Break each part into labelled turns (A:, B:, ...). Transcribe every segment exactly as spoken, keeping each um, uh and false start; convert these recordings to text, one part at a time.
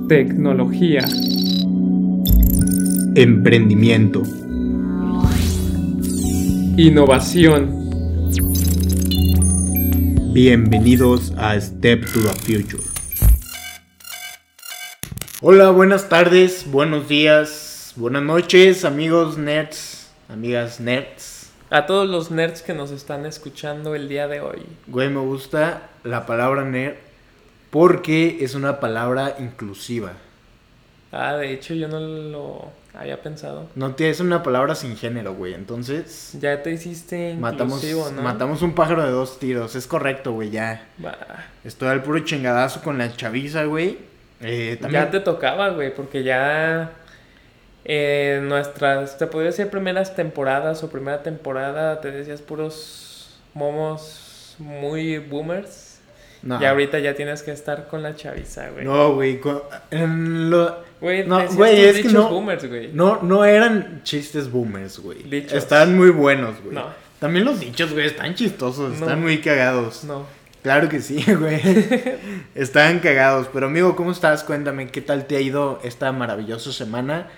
A: tecnología,
B: emprendimiento,
A: innovación.
B: Bienvenidos a Step to the Future. Hola, buenas tardes, buenos días, buenas noches, amigos nerds, amigas nerds.
A: A todos los nerds que nos están escuchando el día de hoy.
B: Güey, me gusta la palabra nerd porque es una palabra inclusiva.
A: Ah, de hecho yo no lo había pensado.
B: No, tía, es una palabra sin género, güey, entonces...
A: Ya te hiciste
B: matamos,
A: inclusivo, ¿no?
B: Matamos un pájaro de dos tiros, es correcto, güey, ya.
A: Bah.
B: Estoy al puro chingadazo con la chaviza, güey. Eh, también...
A: Ya te tocaba, güey, porque ya... Eh, nuestras, te podría decir primeras temporadas o primera temporada, te decías puros momos muy boomers.
B: No.
A: Y ahorita ya tienes que estar con la chaviza, güey.
B: No, güey. Con, en lo...
A: Güey,
B: no,
A: decías
B: güey,
A: tus
B: es que
A: dichos
B: no,
A: boomers, güey.
B: No, no eran chistes boomers, güey.
A: Dichos.
B: Estaban muy buenos, güey.
A: No.
B: También los dichos, güey, están chistosos,
A: No.
B: están muy cagados.
A: No.
B: Claro que sí, güey. Están cagados. Pero, amigo, ¿cómo estás? Cuéntame, ¿qué tal te ha ido esta maravillosa semana?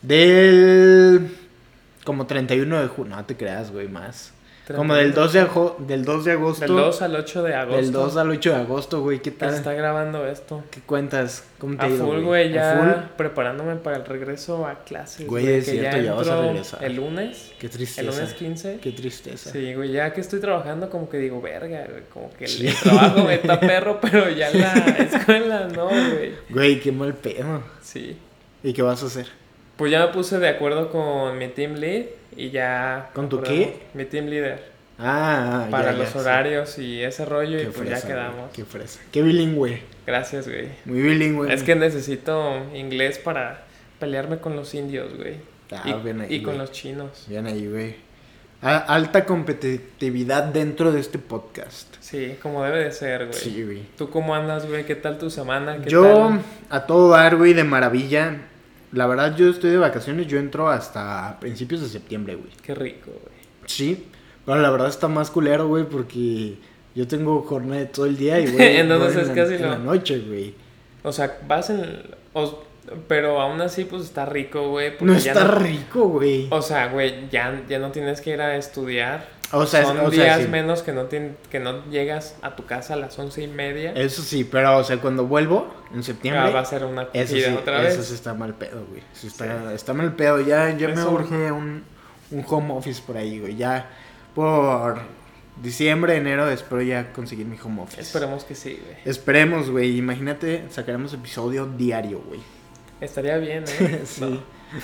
B: Del... Como treinta y uno de junio. No te creas, güey, más. Como del dos de, ajo... del dos de agosto.
A: Del dos al ocho de agosto.
B: Del dos al ocho de agosto, güey. ¿Qué tal?
A: Se está grabando esto.
B: ¿Qué cuentas? ¿Cómo te
A: A
B: ha ido,
A: full, güey, ya
B: full?
A: preparándome para el regreso a clases.
B: Güey, es
A: que
B: cierto, ya vas a
A: entro
B: regresar.
A: El lunes.
B: Qué tristeza.
A: El lunes quince.
B: Qué tristeza.
A: Sí, güey, ya que estoy trabajando, como que digo, verga, güey. Como que
B: Sí.
A: el trabajo me está perro, pero ya la escuela no, güey.
B: Güey, qué mal pedo.
A: Sí.
B: ¿Y qué vas a hacer?
A: Pues ya me puse de acuerdo con mi team lead y ya...
B: ¿Con tu
A: acordamos-
B: qué?
A: Mi team leader.
B: Ah, ya,
A: Para
B: ya,
A: los
B: sí.
A: horarios y ese rollo,
B: Qué
A: y pues
B: fresa,
A: ya quedamos.
B: güey, qué fresa. Qué bilingüe.
A: Gracias, güey.
B: Muy bilingüe.
A: Es que necesito inglés para pelearme con los indios, güey.
B: Ah,
A: y
B: bien ahí,
A: y con
B: güey.
A: los chinos.
B: Bien ahí, güey. A- alta competitividad dentro de este podcast.
A: Sí, como debe de ser, güey.
B: Sí, güey.
A: ¿Tú cómo andas, güey? ¿Qué tal tu semana? ¿Qué
B: Yo,
A: tal?
B: a todo dar, güey, de maravilla. La verdad, yo estoy de vacaciones. Yo entro hasta principios de septiembre, güey.
A: Qué rico, güey.
B: Sí, pero la verdad está más culero, güey, porque yo tengo jornada de todo el día y, güey,
A: Entonces
B: voy
A: es
B: en,
A: casi
B: la,
A: no.
B: en la noche, güey.
A: O sea, vas en... o- pero aún así, pues está rico, güey. porque
B: No
A: ya
B: está rico, güey.
A: O sea, güey, ya, ya no tienes que ir a estudiar.
B: O sea,
A: Son
B: o sea,
A: días
B: sí.
A: menos que no, tien- que no llegas a tu casa a las once y media.
B: Eso sí, pero, o sea, cuando vuelvo en septiembre,
A: Ah, va a ser una
B: eso
A: acogida
B: sí,
A: otra
B: eso
A: vez.
B: sí está mal pedo, güey. Sí está, está mal pedo. Ya, ya me
A: Eso-
B: urge un, un home office por ahí, güey. Ya por diciembre, enero, espero ya conseguir mi home office.
A: Esperemos que sí, güey.
B: Esperemos, güey. Imagínate, sacaremos episodio diario, güey.
A: Estaría bien, ¿eh?
B: Sí.
A: No.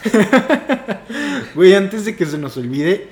B: Güey, antes de que se nos olvide,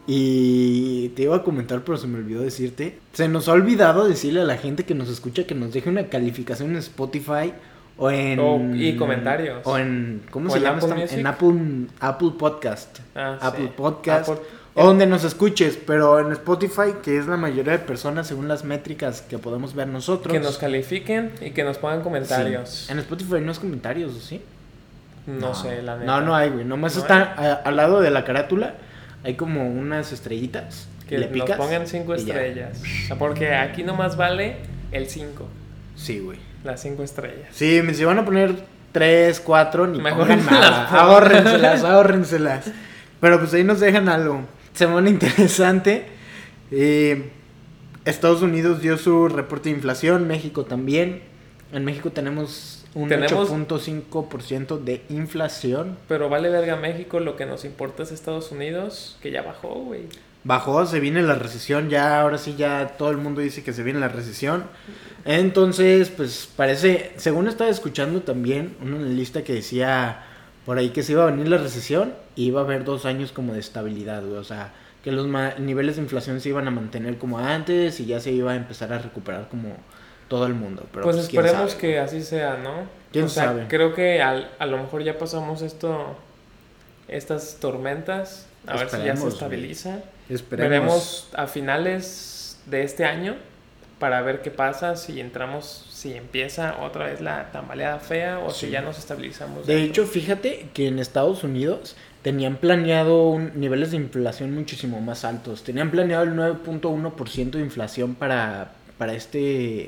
B: y te iba a comentar, pero se me olvidó decirte. Se nos ha olvidado decirle a la gente que nos escucha que nos deje una calificación en Spotify o en...
A: O- y comentarios.
B: O en... ¿Cómo
A: O
B: se
A: en
B: llama?
A: Apple
B: esta-
A: Music.
B: En Apple, Apple Podcast.
A: Ah,
B: Apple
A: sí.
B: Podcast.
A: Apple-
B: O donde nos escuches, pero en Spotify, que es la mayoría de personas según las métricas que podemos ver nosotros.
A: Que nos califiquen y que nos pongan comentarios.
B: Sí. En Spotify no es comentarios, ¿o sí?
A: No, sé, la neta.
B: No, no hay, güey. Nomás
A: No
B: está a- al lado de la carátula. Hay como unas estrellitas.
A: Que
B: le
A: nos
B: picas.
A: pongan cinco
B: y ya.
A: estrellas. O sea, porque aquí nomás vale el cinco.
B: Sí, güey.
A: Las cinco estrellas.
B: Sí, me si van a poner tres, cuatro, ni
A: Mejor
B: pongan
A: no
B: nada.
A: las pongan.
B: Ahórrenselas, ahórrenselas. Pero pues ahí nos dejan algo. Semana interesante. Eh, Estados Unidos dio su reporte de inflación. México también. En México tenemos un
A: Tenemos-
B: ocho punto cinco por ciento de inflación.
A: Pero vale verga México, lo que nos importa es Estados Unidos, que ya bajó, güey.
B: Bajó, se viene la recesión, ya ahora sí ya todo el mundo dice que se viene la recesión. Entonces, pues parece, según estaba escuchando también una lista que decía por ahí que se iba a venir la recesión y iba a haber dos años como de estabilidad, güey. O sea, que los ma- niveles de inflación se iban a mantener como antes y ya se iba a empezar a recuperar como todo el mundo. Pero,
A: Pues,
B: quién
A: esperemos
B: sabe.
A: que así sea, ¿no?
B: ¿Quién
A: o sea,
B: sabe?
A: creo que al- a lo mejor ya pasamos esto, estas tormentas, a ver si ya se
B: Esperemos, güey.
A: estabiliza.
B: Esperemos.
A: Veremos a finales de este año para ver qué pasa, si entramos, si empieza otra vez la tambaleada fea o
B: Sí.
A: si ya nos estabilizamos.
B: De
A: dentro.
B: hecho, fíjate que en Estados Unidos tenían planeado un, niveles de inflación muchísimo más altos. Tenían planeado el nueve punto uno por ciento de inflación para, para este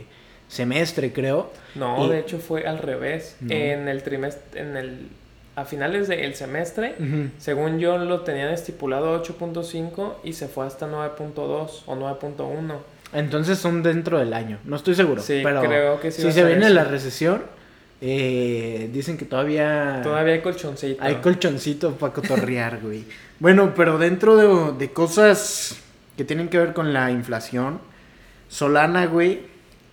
B: semestre, creo.
A: No,
B: y...
A: de hecho fue al revés. No. En el trimestre, en el a finales del semestre, uh-huh. según yo lo tenían estipulado ocho punto cinco y se fue hasta nueve punto dos o nueve punto uno.
B: Entonces son dentro del año, no estoy seguro.
A: Sí,
B: pero
A: creo que sí.
B: Si se viene eso. La recesión, eh, dicen que todavía...
A: Todavía hay colchoncito.
B: Hay colchoncito para cotorrear, güey. Bueno, pero dentro de, de cosas que tienen que ver con la inflación, Solana, güey,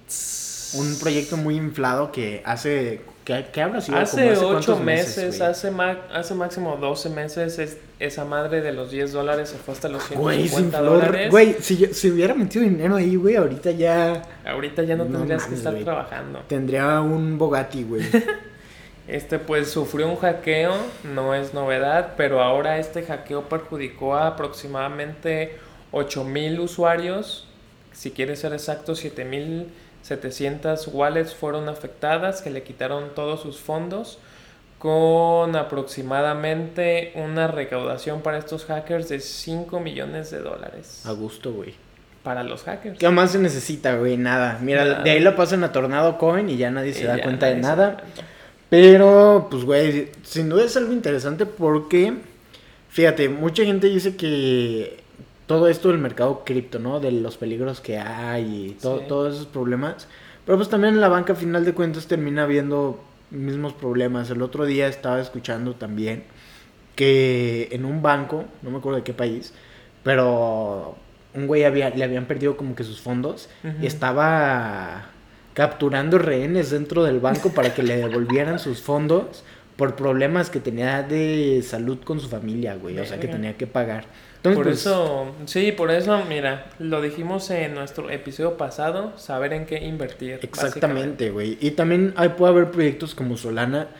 B: un proyecto muy inflado que hace... ¿Qué, qué habrá sido?
A: Hace, hace ocho meses, meses hace, ma- hace máximo doce meses, es, esa madre de los diez dólares se fue hasta los ciento cincuenta dólares.
B: Güey, si, yo, si hubiera metido dinero ahí, güey, ahorita ya...
A: Ahorita ya no, no tendrías man, que estar
B: wey.
A: trabajando.
B: Tendría un Bugatti, güey.
A: Este pues sufrió un hackeo, no es novedad, pero ahora este hackeo perjudicó a aproximadamente ocho mil usuarios, si quieres ser exacto, siete mil setecientas wallets fueron afectadas, que le quitaron todos sus fondos, con aproximadamente una recaudación para estos hackers de cinco millones de dólares.
B: A gusto, güey.
A: Para los hackers.
B: ¿Qué más se necesita, güey? Nada. Mira, nada. De ahí lo pasan a Tornado Coin y ya nadie se y da cuenta de nada. Pero, pues, güey, sin duda es algo interesante porque, fíjate, mucha gente dice que todo esto del mercado cripto, ¿no? De los peligros que hay y todo, sí. todos esos problemas. Pero pues también la banca, a final de cuentas, termina viendo mismos problemas. El otro día estaba escuchando también que en un banco, no me acuerdo de qué país, pero un güey había, le habían perdido como que sus fondos uh-huh. y estaba capturando rehenes dentro del banco para que le devolvieran sus fondos por problemas que tenía de salud con su familia, güey. Verga. O sea, que tenía que pagar. Entonces,
A: por
B: pues,
A: eso, sí, por eso, mira, lo dijimos en nuestro episodio pasado, saber en qué invertir.
B: Exactamente, güey. Y también hay, puede haber proyectos como Solana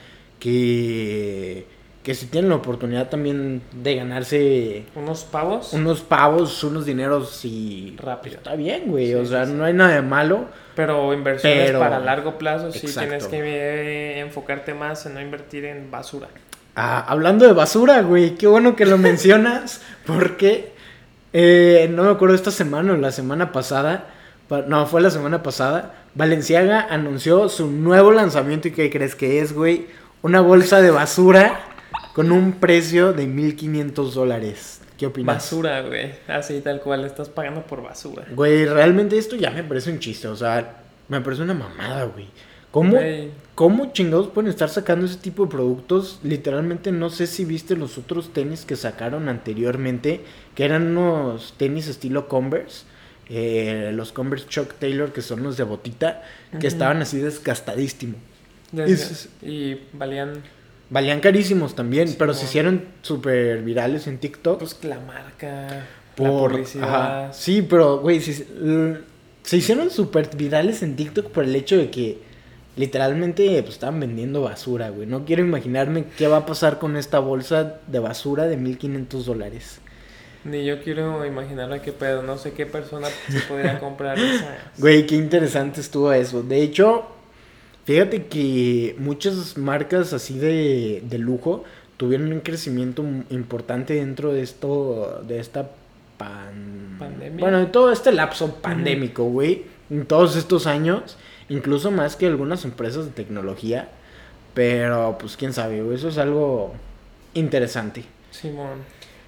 B: que, que si tienen la oportunidad también de ganarse...
A: ¿Unos pavos?
B: Unos pavos, unos dineros y...
A: Rápido.
B: Pues, está bien, güey,
A: sí,
B: o sea,
A: sí,
B: no hay nada de malo.
A: Pero inversiones
B: pero...
A: para largo plazo, sí
B: Exacto.
A: tienes que eh, enfocarte más en no invertir en basura.
B: Ah, hablando de basura, güey, qué bueno que lo mencionas, porque eh, no me acuerdo esta semana o la semana pasada, no, fue la semana pasada, Balenciaga anunció su nuevo lanzamiento y ¿qué crees que es, güey? Una bolsa de basura con un precio de mil quinientos dólares. ¿Qué opinas?
A: Basura, güey, así tal cual, estás pagando por basura.
B: Güey, realmente esto ya me parece un chiste, o sea, me parece una mamada, güey. ¿Cómo, ¿Cómo chingados pueden estar sacando ese tipo de productos? Literalmente no sé si viste los otros tenis que sacaron anteriormente, que eran unos tenis estilo Converse, eh, los Converse Chuck Taylor, que son los de botita, uh-huh. que estaban así desgastadísimos.
A: Des- y, y valían...
B: Valían carísimos también,
A: sí,
B: pero
A: bueno.
B: se hicieron súper virales en TikTok.
A: Pues la marca,
B: por
A: la publicidad.
B: Ajá. Sí, pero, güey, se, se hicieron súper virales en TikTok por el hecho de que literalmente pues estaban vendiendo basura, güey. No quiero imaginarme qué va a pasar con esta bolsa de basura de mil quinientos dólares.
A: Ni yo quiero imaginarme qué pedo. No sé qué persona se podría comprar esa.
B: Güey, qué interesante estuvo eso. De hecho, fíjate que muchas marcas así de, de lujo tuvieron un crecimiento importante dentro de esto, de esta pan...
A: pandemia.
B: Bueno, de todo este lapso pandémico, güey. En todos estos años. Incluso más que algunas empresas de tecnología. Pero, pues, quién sabe, güey. Eso es algo interesante.
A: Simón.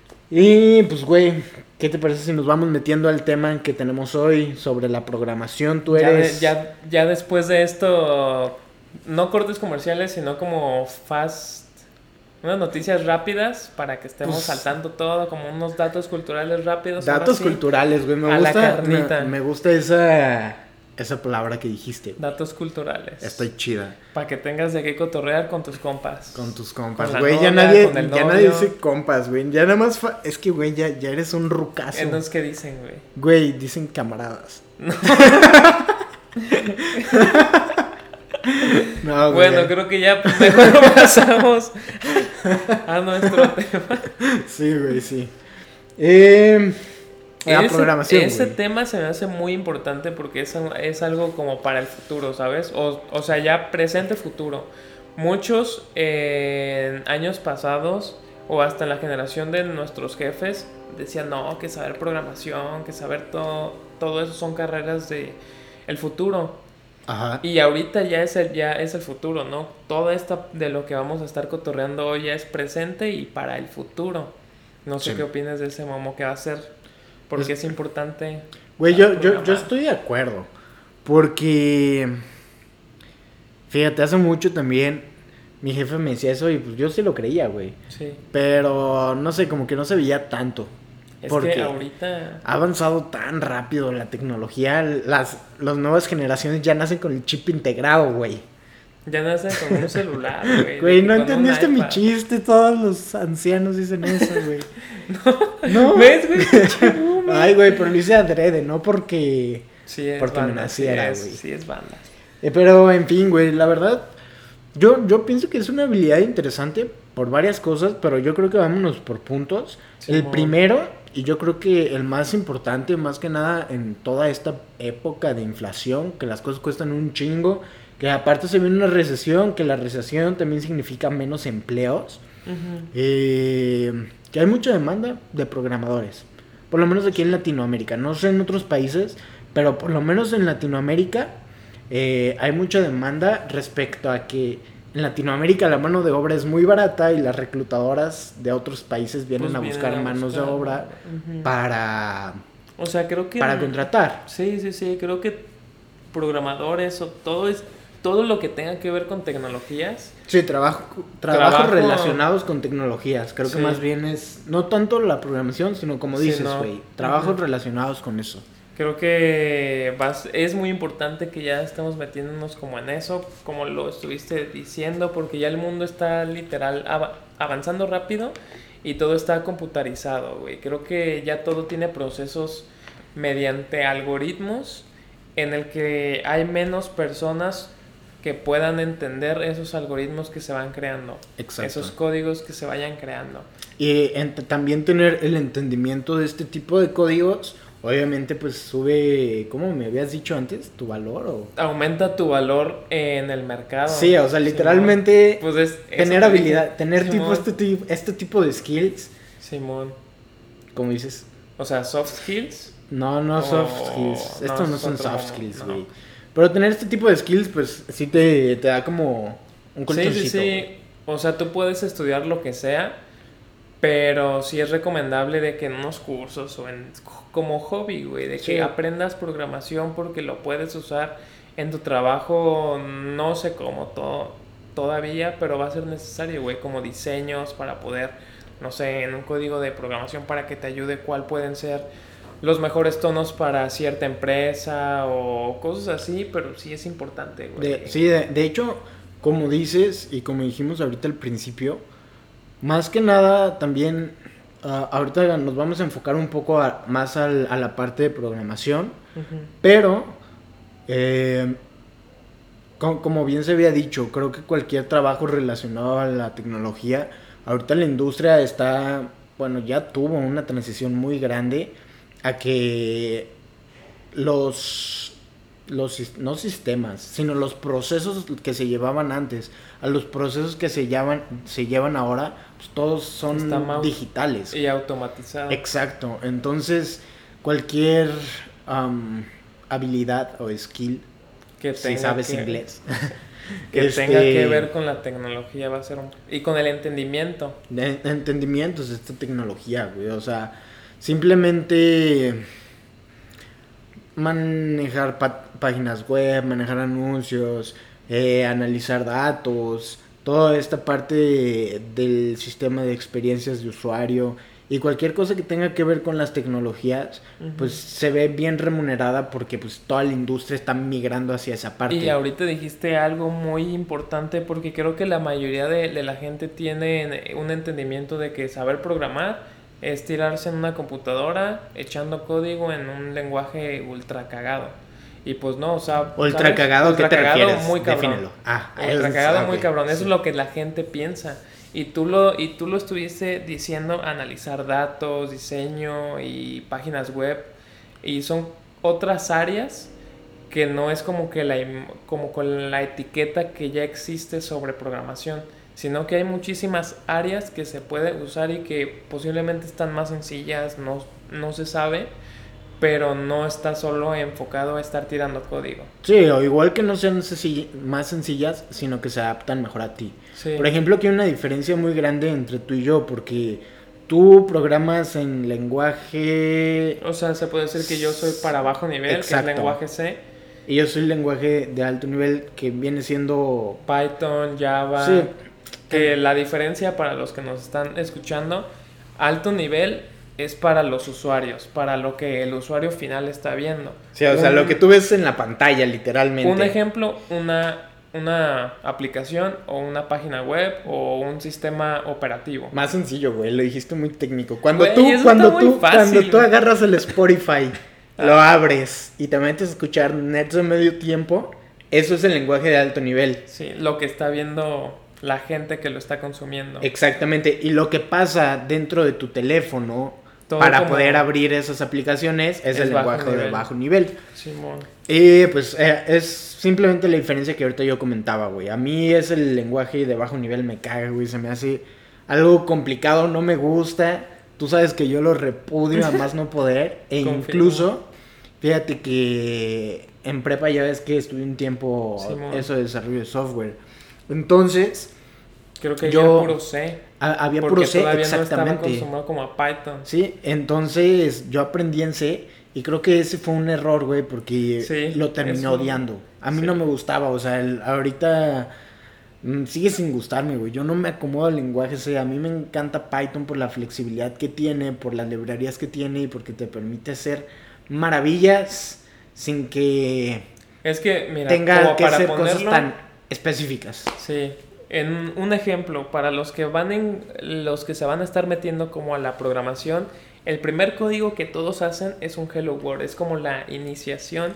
B: Y, pues, güey, ¿qué te parece si nos vamos metiendo al tema que tenemos hoy sobre la programación? Tú eres...
A: Ya, de, ya, ya después de esto, no cortes comerciales, sino como fast... Unas noticias rápidas para que estemos pues, saltando todo, como unos datos culturales rápidos.
B: Datos sí, culturales, güey. Me
A: a
B: gusta,
A: la carnita.
B: Me, me gusta esa... Esa palabra que dijiste.
A: Datos culturales.
B: Estoy chida.
A: Para que tengas de qué cotorrear con tus compas.
B: Con tus compas.
A: Con
B: güey,
A: novia,
B: ya nadie,
A: con el
B: ya
A: novio.
B: nadie dice compas, güey. Ya nada más... Fa... Es que, güey, ya, ya eres un rucazo.
A: Entonces, ¿qué dicen, güey?
B: Güey, dicen camaradas. No. No, güey.
A: Bueno, creo que ya mejor pasamos a nuestro tema.
B: Sí, güey, sí. Eh... La
A: ese,
B: programación,
A: ese
B: güey.
A: tema se me hace muy importante porque es, es algo como para el futuro, ¿sabes? O, o sea, ya presente futuro. Muchos eh, en años pasados o hasta en la generación de nuestros jefes decían, no, que saber programación, que saber todo, todo eso son carreras de el futuro.
B: Ajá.
A: Y ahorita ya es el, ya es el futuro, ¿no? Todo esto de lo que vamos a estar cotorreando hoy ya es presente y para el futuro. No sé
B: Sí.
A: qué opinas de ese Momo que va a ser. Porque es, es importante.
B: Güey, yo, yo, yo estoy de acuerdo. Porque, fíjate, hace mucho también mi jefe me decía eso y pues yo sí lo creía, güey.
A: Sí.
B: Pero, no sé, como que no se veía tanto.
A: Es
B: porque
A: que ahorita
B: ha avanzado tan rápido la tecnología. Las, las nuevas generaciones ya nacen con el chip integrado, güey.
A: ya nacen con un celular, güey.
B: Güey,
A: de
B: no
A: que con un
B: entendiste mi
A: iPad.
B: chiste. Todos los ancianos dicen eso, güey.
A: No.
B: No.
A: ¿Ves, güey? Pinche boomer.
B: Ay, güey, pero lo hice adrede, no porque...
A: Sí, es
B: porque me
A: banda,
B: naciera,
A: sí
B: güey.
A: es, sí es banda.
B: Eh, pero, en fin, güey, la verdad... Yo, yo pienso que es una habilidad interesante por varias cosas, pero yo creo que vámonos por puntos.
A: Sí,
B: el
A: mo.
B: primero, y yo creo que el más importante, más que nada en toda esta época de inflación, que las cosas cuestan un chingo, que aparte se viene una recesión, que la recesión también significa menos empleos,
A: Ujú.
B: eh, que hay mucha demanda de programadores, por lo menos aquí en Latinoamérica, no sé en otros países, pero por lo menos en Latinoamérica eh, hay mucha demanda respecto a que en Latinoamérica la mano de obra es muy barata y las reclutadoras de otros países vienen
A: Pues
B: a
A: vienen
B: buscar
A: a
B: manos de
A: buscar,
B: obra
A: ujú.
B: para,
A: O sea, creo que...
B: para contratar.
A: Sí, sí, sí, creo que programadores o todo es todo lo que tenga que ver con tecnologías.
B: Sí, trabajo, trabajos
A: Trabajo-
B: relacionados con tecnologías. Creo
A: Sí.
B: que más bien es no tanto la programación, sino como
A: Sí,
B: dices,
A: no.
B: güey, trabajos
A: Ujú.
B: relacionados con eso.
A: Creo que vas, es muy importante que ya estemos metiéndonos como en eso, como lo estuviste diciendo, porque ya el mundo está literal av- avanzando rápido y todo está computarizado, güey. Creo que ya todo tiene procesos mediante algoritmos en el que hay menos personas que puedan entender esos algoritmos que se van creando,
B: Exacto.
A: esos códigos que se vayan creando.
B: Y ent- también tener el entendimiento de este tipo de códigos, obviamente pues sube, ¿cómo me habías dicho antes? ¿Tu valor o...?
A: Aumenta tu valor en el mercado.
B: Sí, o sea,
A: Simón.
B: literalmente
A: Pues es, eso
B: tener
A: te
B: habilidad,
A: dije.
B: tener tipo
A: Simón.
B: este, tipo este tipo de skills,
A: Simón.
B: como dices,
A: O sea, soft skills.
B: no, no
A: Oh,
B: soft skills,
A: no,
B: estos no
A: es
B: son
A: otro
B: soft
A: momo,
B: skills,
A: no.
B: güey. Pero tener este tipo de skills, pues sí te, te da como un
A: Sí,
B: colchoncito.
A: sí, sí.
B: güey.
A: O sea, tú puedes estudiar lo que sea, pero sí es recomendable de que en unos cursos o en como hobby, güey, de que
B: Sí.
A: aprendas programación porque lo puedes usar en tu trabajo, no sé cómo todo, todavía, pero va a ser necesario, güey, como diseños para poder, no sé, en un código de programación para que te ayude cuál pueden ser los mejores tonos para cierta empresa o cosas así, pero sí es importante, güey.
B: De- sí, de, de hecho, como dices y como dijimos ahorita al principio, más que nada también, ah, ahorita nos vamos a enfocar un poco a- más al- a la parte de programación,
A: Ujú.
B: pero, eh, co- como bien se había dicho, creo que cualquier trabajo relacionado a la tecnología, ahorita la industria está, bueno, ya tuvo una transición muy grande a que los, los sis- no sistemas, sino los procesos que se llevaban antes, a los procesos que se llevan, se llevan ahora, pues todos son
A: Está mau-
B: digitales.
A: Y automatizado.
B: Exacto, entonces cualquier am, habilidad o skill,
A: Que
B: si
A: tenga
B: sabes
A: que-
B: inglés,
A: Que
B: este,
A: tenga que ver con la tecnología va a ser un... Y con el entendimiento.
B: de entendimientos de esta tecnología, güey, o sea, simplemente manejar pa- páginas web, manejar anuncios, eh, analizar datos, toda esta parte de- del sistema de experiencias de usuario y cualquier cosa que tenga que ver con las tecnologías,
A: Ujú.
B: pues se ve bien remunerada porque pues toda la industria está migrando hacia esa parte.
A: Y ahorita dijiste algo muy importante porque creo que la mayoría de, de la gente tiene un entendimiento de que saber programar es tirarse en una computadora echando código en un lenguaje ultra cagado. Y pues no, o sea...
B: Ultra
A: ¿sabes?
B: cagado, ¿a qué
A: Ultra
B: te
A: cagado,
B: refieres?
A: muy cabrón.
B: Defínelo. Ah,
A: Ultra
B: es-
A: cagado,
B: ah,
A: muy
B: ok,
A: cabrón. Eso
B: sí.
A: es lo que la gente piensa. Y tú lo, y tú lo estuviste diciendo, analizar datos, diseño y páginas web. Y son otras áreas que no es como que la, im- como con la etiqueta que ya existe sobre programación, sino que hay muchísimas áreas que se puede usar y que posiblemente están más sencillas, no, no se sabe, pero no está solo enfocado a estar tirando código.
B: Sí, o igual que no sean sencilla- más sencillas, sino que se adaptan mejor a ti.
A: Sí.
B: Por ejemplo, aquí hay una diferencia muy grande entre tú y yo, porque tú programas en lenguaje...
A: O sea, se puede decir que yo soy para bajo nivel,
B: Exacto.
A: que es lenguaje C.
B: Y yo soy lenguaje de alto nivel, que viene siendo...
A: Python, Java.
B: Sí.
A: Que la diferencia para los que nos están escuchando, alto nivel es para los usuarios, para lo que el usuario final está viendo.
B: Sí, o sea,
A: Un-
B: lo que tú ves en la pantalla, literalmente.
A: Un ejemplo, una, una aplicación o una página web o un sistema operativo.
B: Más sencillo, güey, lo dijiste muy técnico. Cuando
A: Güey,
B: tú,
A: eso
B: cuando
A: está muy
B: tú,
A: fácil,
B: cuando tú
A: güey.
B: agarras el Spotify, lo abres y te metes a escuchar Nerds de medio tiempo, eso es el lenguaje de alto nivel.
A: Sí, lo que está viendo la gente que lo está consumiendo.
B: Exactamente. Y lo que pasa dentro de tu teléfono
A: Todo
B: para
A: como-
B: poder abrir esas aplicaciones es,
A: Es
B: el
A: bajo
B: lenguaje de
A: nivel.
B: bajo nivel.
A: Simón.
B: Y pues eh, es simplemente la diferencia que ahorita yo comentaba, güey. A mí es el lenguaje de bajo nivel, me caga, güey. Se me hace algo complicado, no me gusta. Tú sabes que yo lo repudio a más no poder. E
A: Confirmo.
B: incluso, fíjate que en prepa ya ves que estuve un tiempo
A: Simón.
B: eso de desarrollo de software. Entonces,
A: Creo que
B: Yo-
A: ya puro C.
B: a- había
A: Porque
B: puro C,
A: todavía no estaba
B: exactamente.
A: acostumbrado como a Python.
B: Sí, entonces yo aprendí en C y creo que ese fue un error, güey, porque
A: Sí,
B: lo terminé
A: es un-
B: odiando. A mí
A: sí.
B: no me gustaba, o sea, el- ahorita mm, sigue sin gustarme, güey. Yo no me acomodo al lenguaje C. A mí me encanta Python por la flexibilidad que tiene, por las librerías que tiene y porque te permite hacer maravillas sin que
A: Es que, mira,
B: tenga
A: como
B: que
A: para
B: ser cosas
A: ponerlo,
B: tan específicas.
A: sí, en un ejemplo, para los que van en, los que se van a estar metiendo como a la programación, el primer código que todos hacen es un Hello World, es como la iniciación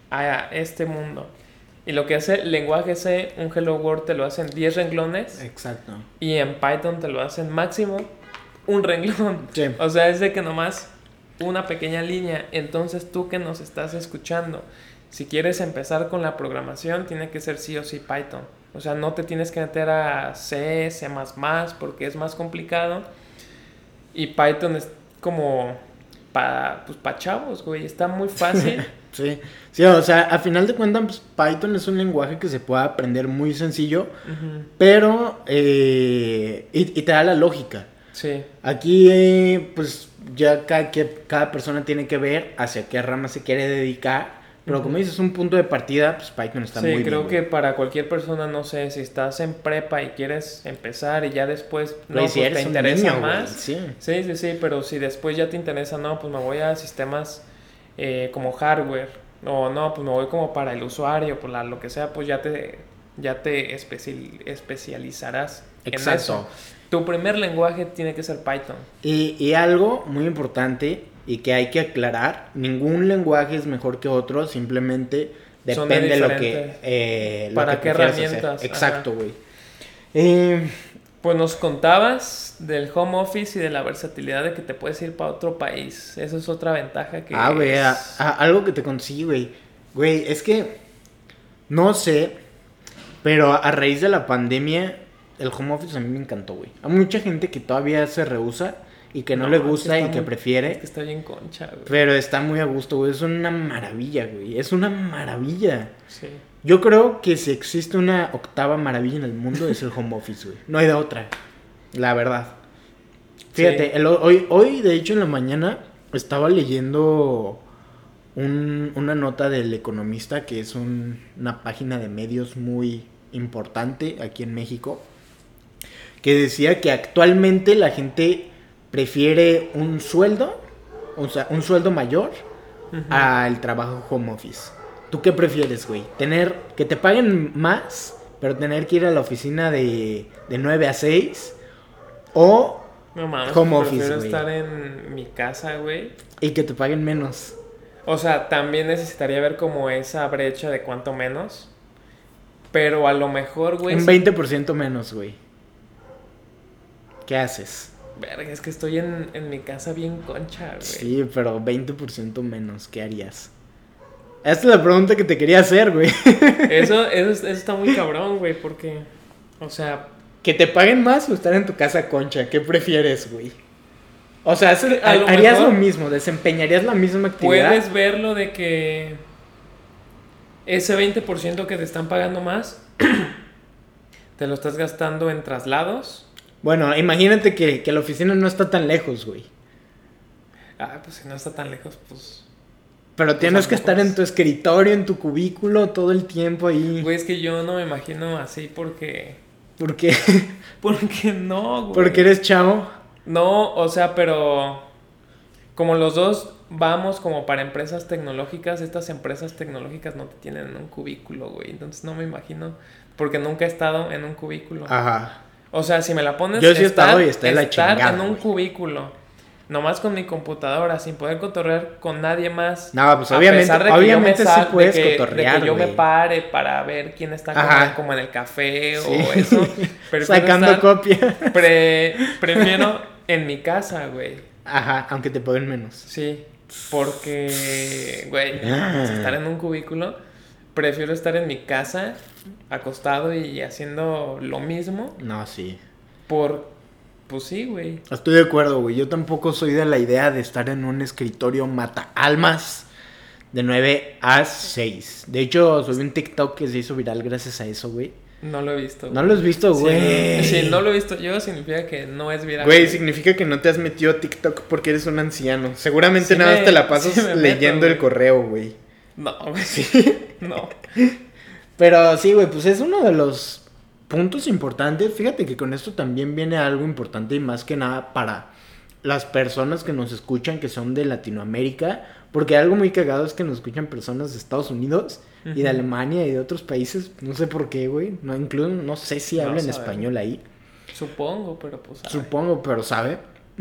A: a este mundo. Y lo que hace el lenguaje C, un Hello World te lo hacen diez renglones
B: Exacto.
A: y en Python te lo hacen máximo un renglón.
B: Sí.
A: O sea, es de que nomás una pequeña línea. Entonces tú que nos estás escuchando, si quieres empezar con la programación, tiene que ser sí o sí Python. O sea, no te tienes que meter a C, C++, porque es más complicado. Y Python es como para pues, pa chavos, güey. Está muy fácil.
B: Sí, sí, o sea, a final de cuentas, pues, Python es un lenguaje que se puede aprender muy sencillo,
A: Ujú.
B: pero, eh, y, y te da la lógica.
A: Sí,
B: Aquí, eh, pues, ya cada, que, cada persona tiene que ver hacia qué rama se quiere dedicar, pero
A: Ujú.
B: como dices, un punto de partida, pues Python está
A: sí,
B: muy
A: creo
B: bien.
A: que
B: güey.
A: para cualquier persona, no sé, si estás en prepa y quieres empezar y ya después no,
B: Güey,
A: pues
B: si
A: te
B: eres un
A: interesa
B: niño, güey,
A: más.
B: sí.
A: Sí, sí, sí, pero si después ya te interesa, no, pues me voy a sistemas eh, como hardware, o no, pues me voy como para el usuario, por la, lo que sea, pues ya te, ya te especi- especializarás en
B: Exacto.
A: eso. Tu primer lenguaje tiene que ser Python.
B: Y, y algo muy importante y que hay que aclarar, ningún lenguaje es mejor que otro, simplemente
A: Son de
B: depende de lo que,
A: diferentes.
B: eh, lo
A: ¿Para
B: que
A: qué
B: prefieras
A: herramientas?
B: hacer. Exacto, güey. Eh,
A: Pues nos contabas del home office y de la versatilidad de que te puedes ir para otro país. Esa es otra ventaja que
B: ah, güey,
A: es-
B: a- a- algo que te conseguí, güey. Güey, es que no sé, pero a raíz de la pandemia, el home office a mí me encantó, güey. Hay mucha gente que todavía se rehúsa y que no, le
A: es
B: gusta
A: está
B: y que
A: muy-
B: prefiere.
A: Es que está bien concha, güey.
B: Pero está muy a gusto, güey. Es una maravilla, güey. Es una maravilla.
A: Sí.
B: Yo creo que si existe una octava maravilla en el mundo es el home office, güey. No hay de otra. La verdad. Fíjate,
A: Sí.
B: el- hoy, hoy, de hecho, en la mañana estaba leyendo un- una nota del Economista, que es un- una página de medios muy importante aquí en México, que decía que actualmente la gente prefiere un sueldo, o sea, un sueldo mayor
A: Ujú.
B: al trabajo home office. ¿Tú qué prefieres, güey? Tener que te paguen más, pero tener que ir a la oficina de, de nueve a seis, o
A: No mames,
B: home
A: pues
B: office,
A: prefiero
B: güey.
A: estar en mi casa, güey.
B: y que te paguen menos.
A: O sea, también necesitaría ver como esa brecha de cuánto menos. Pero a lo mejor, güey.
B: Un
A: si-
B: veinte por ciento menos, güey. ¿Qué haces?
A: Verga, es que estoy en, en mi casa bien concha, güey.
B: Sí, pero veinte por ciento menos, ¿qué harías? Esta es la pregunta que te quería hacer, güey.
A: Eso, eso, eso está muy cabrón, güey, porque. O sea,
B: ¿Que te paguen más o estar en tu casa concha? ¿Qué prefieres, güey? O sea, eso-
A: A lo
B: harías
A: mejor
B: lo mismo, desempeñarías la misma actividad.
A: puedes verlo de que ese veinte por ciento que te están pagando más, te lo estás gastando en traslados.
B: Bueno, imagínate que, que la oficina no está tan lejos, güey.
A: Ah, pues si no está tan lejos, pues...
B: Pero
A: Pues
B: tienes
A: a
B: que
A: lo
B: estar
A: mejor
B: en tu escritorio, en tu cubículo, todo el tiempo ahí.
A: Güey, es que yo no me imagino así porque...
B: ¿Por qué?
A: Porque no, güey.
B: Porque eres chavo.
A: No, o sea, pero... Como los dos vamos como para empresas tecnológicas, estas empresas tecnológicas no te tienen en un cubículo, güey. Entonces no me imagino, porque nunca he estado en un cubículo.
B: Ajá.
A: O sea, si me la pones,
B: Yo sí he
A: estar,
B: estado y está de la
A: estar
B: chingada,
A: en un
B: güey.
A: cubículo, nomás con mi computadora, sin poder cotorrear con nadie más.
B: No, pues
A: a
B: obviamente,
A: pesar de que yo me
B: obviamente sí
A: sal- de
B: puedes
A: que- de
B: cotorrear,
A: que yo me
B: güey.
A: pare para ver quién está como,
B: Ajá.
A: como en el café
B: Sí.
A: o eso. Prefiero
B: Sacando
A: estar-
B: copia.
A: pre- prefiero en mi casa, güey.
B: Ajá, aunque te paguen menos.
A: Sí, porque, güey,
B: Ah.
A: estar en un cubículo, prefiero estar en mi casa, acostado y haciendo lo mismo,
B: No, sí.
A: por, pues sí, güey.
B: Estoy de acuerdo, güey. Yo tampoco soy de la idea de estar en un escritorio mata almas de nueve a seis. De hecho, subí un TikTok que se hizo viral gracias a eso, güey.
A: No lo he visto.
B: No
A: güey.
B: lo has visto,
A: Sí,
B: güey.
A: Sí, no lo he visto yo, significa que no es viral.
B: Güey, significa que no te has metido a TikTok porque eres un anciano. Seguramente
A: Sí
B: nada más
A: me-
B: te la pasas
A: sí me meto,
B: leyendo el
A: güey.
B: correo, güey.
A: No, güey. No.
B: Pero sí, güey, pues es uno de los puntos importantes. Fíjate que con esto también viene algo importante y más que nada para las personas que nos escuchan que son de Latinoamérica. Porque algo muy cagado es que nos escuchan personas de Estados Unidos y de
A: Ujú.
B: Alemania y de otros países. No sé por qué, güey. No, incluso no sé si
A: No
B: hablan
A: sabemos.
B: español ahí.
A: Supongo, pero pues... ay.
B: Supongo, pero sabe.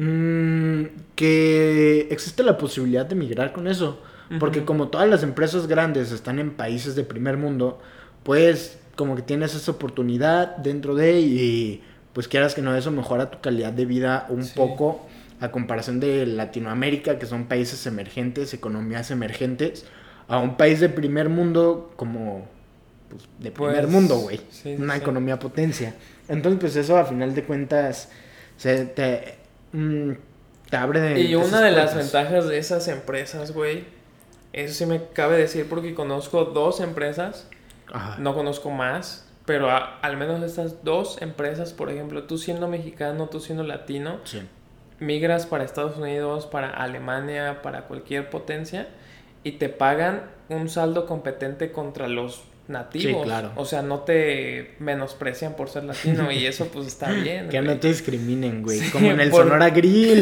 B: Mm, que existe la posibilidad de migrar con eso. Porque
A: Ujú.
B: como todas las empresas grandes están en países de primer mundo, pues como que tienes esa oportunidad dentro de y pues quieras que no, eso mejora tu calidad de vida un
A: Sí.
B: poco a comparación de Latinoamérica, que son países emergentes, economías emergentes, a un país de primer mundo como pues, de
A: Pues,
B: primer mundo, güey.
A: sí, sí,
B: Una
A: sí.
B: economía potencia. Entonces, pues eso a final de cuentas se te, mm, te abre de
A: Y
B: esas
A: una de las
B: puertas.
A: ventajas de esas empresas, güey, eso sí me cabe decir porque conozco dos empresas,
B: Ajá.
A: no conozco más, pero a- al menos estas dos empresas, por ejemplo, tú siendo mexicano, tú siendo latino,
B: Sí.
A: migras para Estados Unidos, para Alemania, para cualquier potencia y te pagan un saldo competente contra los nativos.
B: Sí, claro.
A: O sea, no te menosprecian por ser latino y eso pues está bien.
B: Que
A: güey.
B: no te discriminen, güey.
A: Sí,
B: Como en el
A: por-
B: Sonora Grill.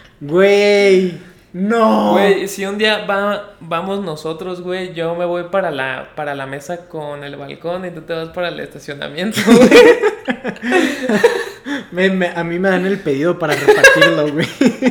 B: Güey. No.
A: Güey, si un día va, vamos nosotros, güey, yo me voy para la, para la mesa con el balcón y tú te vas para el estacionamiento, güey.
B: Me- me- a mí me dan el pedido para repartirlo, güey.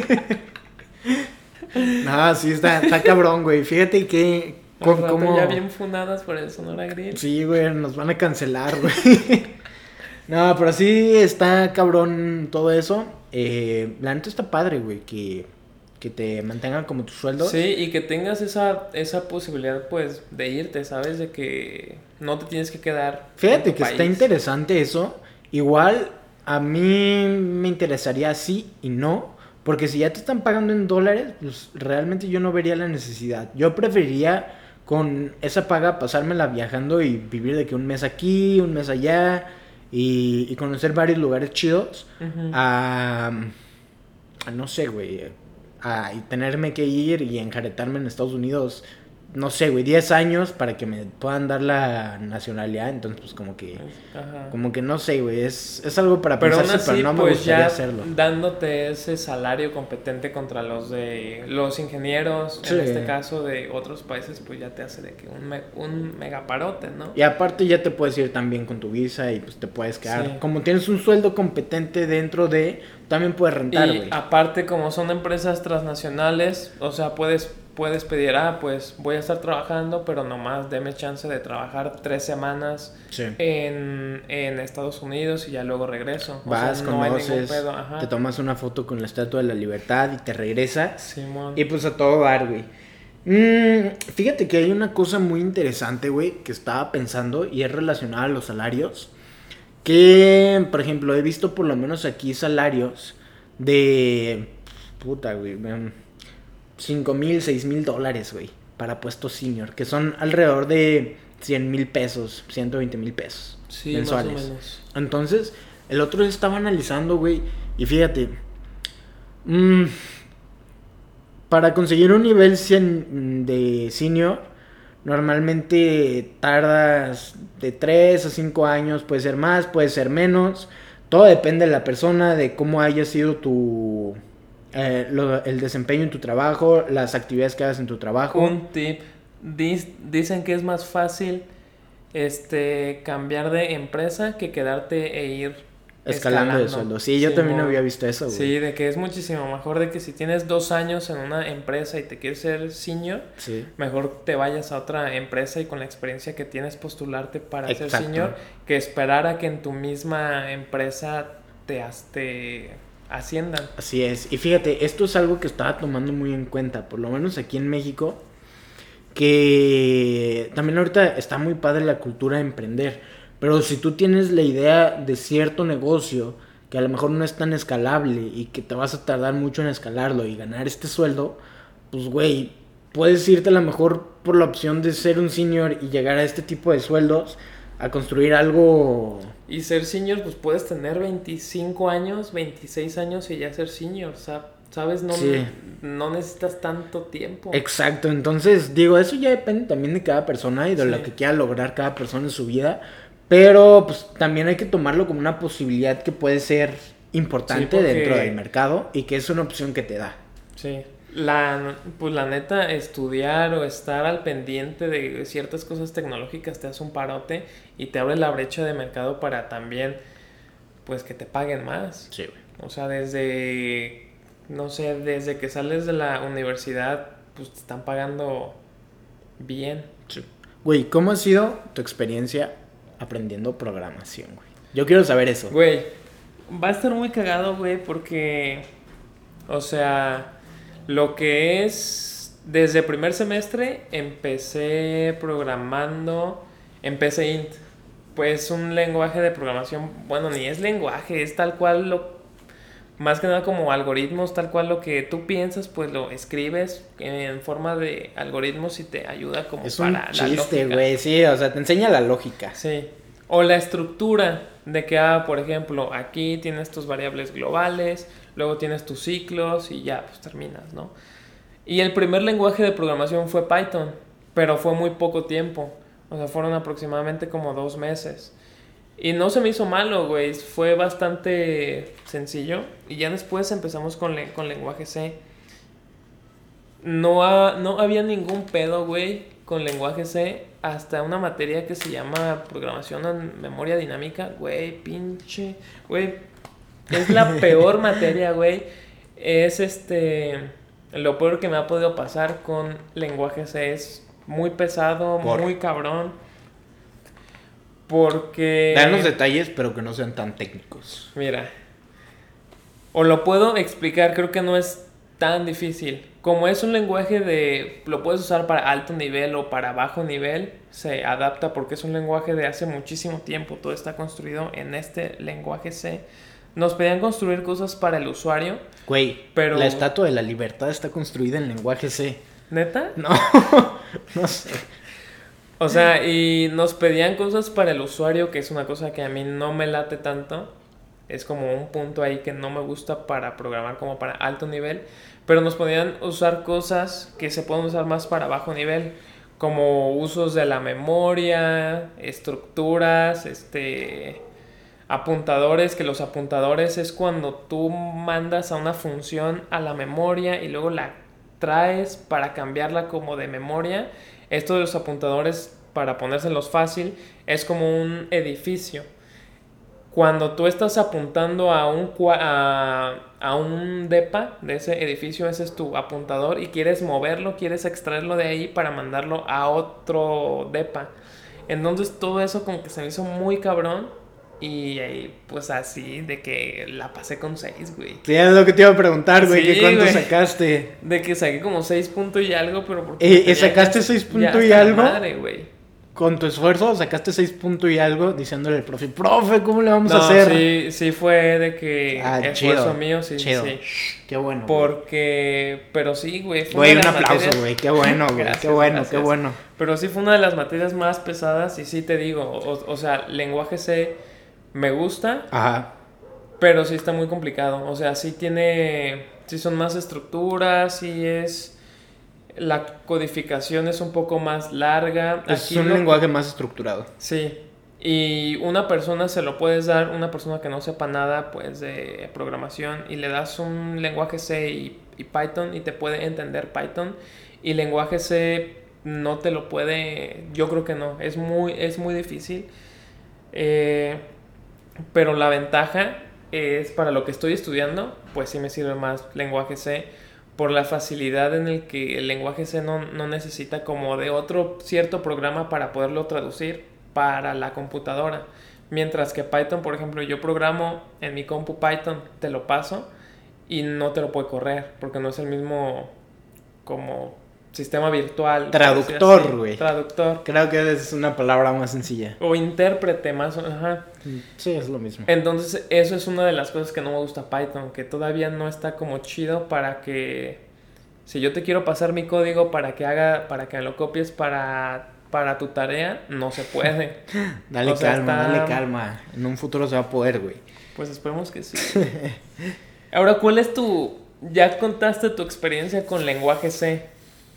B: No, sí, está, está cabrón, güey. Fíjate que...
A: Al
B: con-
A: rato
B: cómo-
A: ya bien fundadas por el Sonora Grill.
B: Sí, güey, nos van a cancelar, güey. No, pero sí está cabrón todo eso. Eh, la neta está padre, güey, que, que te mantengan como tu sueldo.
A: Sí, y que tengas esa, esa posibilidad, pues, de irte, ¿sabes? De que no te tienes que quedar en
B: Fíjate
A: tu
B: que está
A: país.
B: interesante eso. Igual a mí me interesaría sí y no. Porque si ya te están pagando en dólares, pues realmente yo no vería la necesidad. Yo preferiría con esa paga pasármela viajando y vivir de que un mes aquí, un mes allá y, y conocer varios lugares chidos.
A: Ujú.
B: A, a no sé, güey. A y tenerme que ir y enjaretarme en Estados Unidos. No sé, güey, diez años para que me puedan dar la nacionalidad. Entonces, pues como que...
A: Ajá.
B: Como que no sé, güey, es, es algo para
A: Pero aún
B: pensarse,
A: así,
B: pero no me
A: pues
B: gustaría
A: ya
B: hacerlo.
A: dándote ese salario competente contra los de los ingenieros,
B: Sí.
A: en este caso de otros países, pues ya te hace de que un, me- un megaparote, ¿no?
B: Y aparte ya te puedes ir también con tu visa y pues te puedes quedar.
A: Sí.
B: Como tienes un sueldo competente dentro de, también puedes rentar,
A: Y
B: güey.
A: aparte, como son empresas transnacionales, o sea, puedes, puedes pedir, ah, pues voy a estar trabajando, pero nomás deme chance de trabajar tres semanas
B: Sí.
A: en, en Estados Unidos y ya luego regreso. O
B: Vas,
A: sea, no hay ningún
B: conoces,
A: pedo, ajá.
B: te tomas una foto con la Estatua de la Libertad y te regresas.
A: Simón.
B: Y pues a todo dar, güey. Mm, fíjate que hay una cosa muy interesante, güey, que estaba pensando y es relacionada a los salarios. Que, por ejemplo, he visto por lo menos aquí salarios de, puta, güey, cinco mil, seis mil dólares, güey, para puestos senior, que son alrededor de cien mil pesos, ciento veinte mil pesos
A: sí,
B: mensuales.
A: más o menos.
B: Entonces, el otro día estaba analizando, güey, y fíjate, mmm, para conseguir un nivel cien de senior, normalmente tardas de tres a cinco años, puede ser más, puede ser menos. Todo depende de la persona, de cómo haya sido tu eh, lo, el desempeño en tu trabajo, las actividades que hagas en tu trabajo.
A: Un tip, dis, dicen que es más fácil este cambiar de empresa que quedarte e ir
B: escalando, escalando de sueldo. Sí, yo sí, también no había visto eso, güey.
A: Sí, de que es muchísimo mejor de que si tienes dos años en una empresa y te quieres ser senior,
B: sí,
A: mejor te vayas a otra empresa y con la experiencia que tienes postularte para Exacto. ser senior, que esperar a que en tu misma empresa te, te asciendan.
B: Así es. Y fíjate, esto es algo que estaba tomando muy en cuenta, por lo menos aquí en México, que también ahorita está muy padre la cultura de emprender. Pero si tú tienes la idea de cierto negocio que a lo mejor no es tan escalable y que te vas a tardar mucho en escalarlo y ganar este sueldo, pues güey, puedes irte a lo mejor por la opción de ser un senior y llegar a este tipo de sueldos, a construir algo...
A: Y ser senior, pues puedes tener veinticinco años, veintiséis años y ya ser senior, ¿sabes? No, sí. no necesitas tanto tiempo.
B: Exacto, entonces digo, eso ya depende también de cada persona y de sí. lo que quiera lograr cada persona en su vida. Pero pues también hay que tomarlo como una posibilidad que puede ser importante sí, porque... dentro del mercado y que es una opción que te da.
A: Sí, la, pues la neta, estudiar o estar al pendiente de ciertas cosas tecnológicas te hace un parote y te abre la brecha de mercado para también, pues que te paguen más.
B: Sí, güey.
A: O sea, desde, no sé, desde que sales de la universidad, pues te están pagando bien.
B: Sí. Güey, ¿cómo ha sido tu experiencia aprendiendo programación, güey? Yo quiero saber eso.
A: Güey, va a estar muy cagado, güey, porque, o sea, lo que es, desde primer semestre empecé programando, empecé int, pues un lenguaje de programación, bueno, ni es lenguaje, es tal cual lo, más que nada como algoritmos, tal cual lo que tú piensas, pues lo escribes en forma de algoritmos y te ayuda como
B: es
A: para
B: un
A: la
B: chiste,
A: lógica.
B: Güey, sí, o sea, te enseña la lógica.
A: Sí, o la estructura de que, ah, por ejemplo, aquí tienes tus variables globales, luego tienes tus ciclos y ya, pues terminas, ¿no? Y el primer lenguaje de programación fue Python, pero fue muy poco tiempo, o sea, fueron aproximadamente como dos meses. Y no se me hizo malo, güey, fue bastante sencillo. Y ya después empezamos con, le- con lenguaje C. No, ha- no había ningún pedo, güey, con lenguaje C hasta una materia que se llama programación en memoria dinámica. Güey, pinche, güey, es la peor materia, güey. Es este, lo peor que me ha podido pasar con lenguaje C. Es muy pesado,
B: ¿Por?
A: muy cabrón. Porque...
B: Danos detalles, pero que no sean tan técnicos.
A: Mira, o lo puedo explicar, creo que no es tan difícil. Como es un lenguaje de... Lo puedes usar para alto nivel o para bajo nivel, se adapta porque es un lenguaje de hace muchísimo tiempo. Todo está construido en este lenguaje C. Nos pedían construir cosas para el usuario.
B: Güey,
A: pero...
B: la Estatua de la Libertad está construida en lenguaje C.
A: ¿Neta?
B: No, no sé.
A: O sea, y nos pedían cosas para el usuario, que es una cosa que a mí no me late tanto. Es como un punto ahí que no me gusta para programar como para alto nivel. Pero nos podían usar cosas que se pueden usar más para bajo nivel. Como usos de la memoria, estructuras, este, apuntadores. Que los apuntadores es cuando tú mandas a una función a la memoria y luego la traes para cambiarla como de memoria. Esto de los apuntadores, para ponérselos fácil, es como un edificio. Cuando tú estás apuntando a un, a, a un depa de ese edificio, ese es tu apuntador, y quieres moverlo, quieres extraerlo de ahí para mandarlo a otro depa. Entonces todo eso como que se me hizo muy cabrón. Y ahí, pues así, de que la pasé con seis, güey.
B: Sí, es lo que te iba a preguntar, güey,
A: Sí,
B: que cuánto
A: güey.
B: sacaste.
A: De que saqué como seis puntos y algo, pero porque...
B: ¿Y, y
A: tenía
B: sacaste
A: ya-
B: seis
A: ya
B: puntos
A: hasta
B: y
A: la
B: algo?
A: madre, güey.
B: con tu esfuerzo sacaste seis puntos y algo diciéndole al profe, profe, ¿cómo le vamos
A: no,
B: a hacer?
A: Sí, sí fue de que
B: ah,
A: esfuerzo
B: chido,
A: mío, sí,
B: chido.
A: sí.
B: Qué bueno.
A: Porque, güey. Pero sí, güey.
B: Güey, un aplauso, güey. Qué bueno, güey. Qué bueno, gracias. Qué bueno.
A: Pero sí fue una de las materias más pesadas y sí te digo, o, o sea, lenguaje C me gusta.
B: Ajá.
A: Pero sí está muy complicado. O sea, sí tiene, sí son más estructuras, sí es... La codificación es un poco más larga.
B: Es Aquí un lo... lenguaje más estructurado.
A: Sí. Y una persona se lo puedes dar, una persona que no sepa nada pues de programación y le das un lenguaje C y, y Python y te puede entender Python. Y lenguaje C no te lo puede, yo creo que no, es muy, es muy difícil. Eh, pero la ventaja es para lo que estoy estudiando, pues sí me sirve más lenguaje C. Por la facilidad en el que el lenguaje C no, no necesita como de otro cierto programa para poderlo traducir para la computadora. Mientras que Python, por ejemplo, yo programo en mi compu Python, te lo paso y no te lo puede correr porque no es el mismo como sistema virtual.
B: Traductor, güey.
A: Traductor.
B: Creo que es una palabra más sencilla.
A: O intérprete más, ajá.
B: Sí, es lo mismo.
A: Entonces, eso es una de las cosas que no me gusta Python, que todavía no está como chido para que si yo te quiero pasar mi código para que haga, para que me lo copies para, para tu tarea, no se puede.
B: Dale o sea, calma, está... dale calma. En un futuro se va a poder, güey.
A: Pues esperemos que sí. Ahora, ¿cuál es tu... Ya contaste tu experiencia con lenguaje C?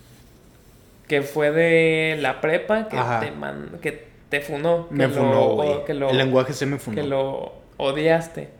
A: Que fue de la prepa, que te man, que te funó. Que
B: me funó, güey. El lenguaje C me funó.
A: Que lo odiaste.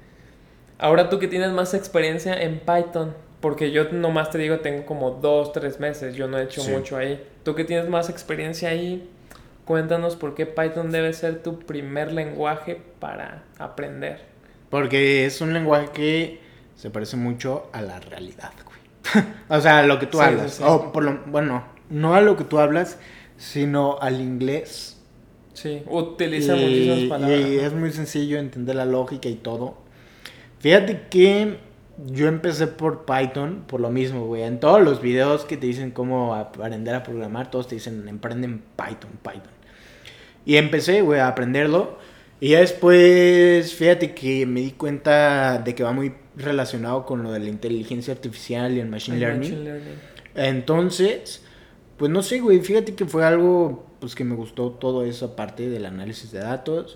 A: Ahora tú que tienes más experiencia en Python, porque yo nomás te digo, tengo como dos, tres meses, yo no he hecho sí. mucho ahí. Tú que tienes más experiencia ahí, cuéntanos por qué Python debe ser tu primer lenguaje para aprender.
B: Porque es un lenguaje que se parece mucho a la realidad, güey. O sea, a lo que tú sí, hablas. Sí, sí. O por lo, bueno... No a lo que tú hablas, sino al inglés.
A: Sí, utiliza y, muchísimas palabras.
B: Y es muy sencillo entender la lógica y todo. Fíjate que yo empecé por Python por lo mismo, güey. En todos los videos que te dicen cómo aprender a programar, todos te dicen, emprenden Python, Python. Y empecé, güey, a aprenderlo. Y ya después, fíjate que me di cuenta de que va muy relacionado con lo de la inteligencia artificial y el machine, el learning. machine learning. Entonces... Pues no sé, güey, fíjate que fue algo pues que me gustó todo esa parte del análisis de datos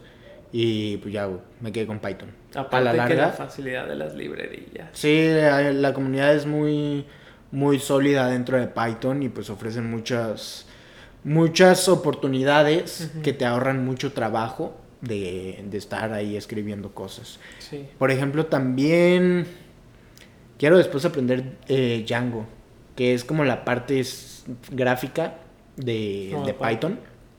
B: y pues ya, güey, me quedé con Python.
A: Aparte a la larga, que la facilidad de las librerías.
B: Sí, la, la comunidad es muy, muy sólida dentro de Python y pues ofrecen muchas, muchas oportunidades uh-huh. que te ahorran mucho trabajo de, de estar ahí escribiendo cosas.
A: Sí.
B: Por ejemplo, también quiero después aprender eh, Django, que es como la parte gráfica de, oh, de Python.